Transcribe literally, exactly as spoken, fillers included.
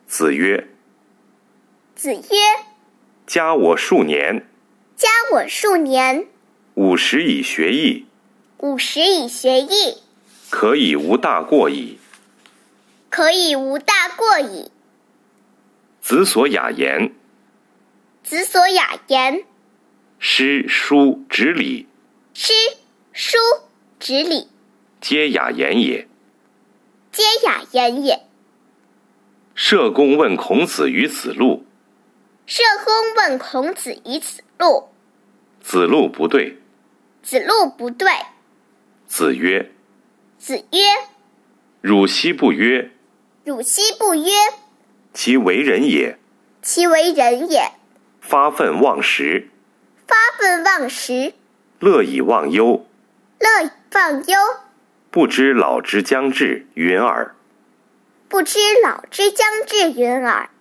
子曰： 子曰： 加我数年， 加我数年， 五十以学艺， 五十以学艺， 可以无大过矣。 可以无大过矣。 子所雅言， 子所雅言， 诗书直礼， 诗书直礼， 皆雅言也。 皆雅言也。 社公问孔子于此路， 社公问孔子于此路， 子路不对。 子路不对。 子曰： 子曰： 汝昔不曰， 汝昔不曰， 其为人也， 其为人也。 发愤忘食， 发愤忘食， 乐以忘忧， 乐以忘忧， 不知老之将至，云耳。 不知老之将至，云耳。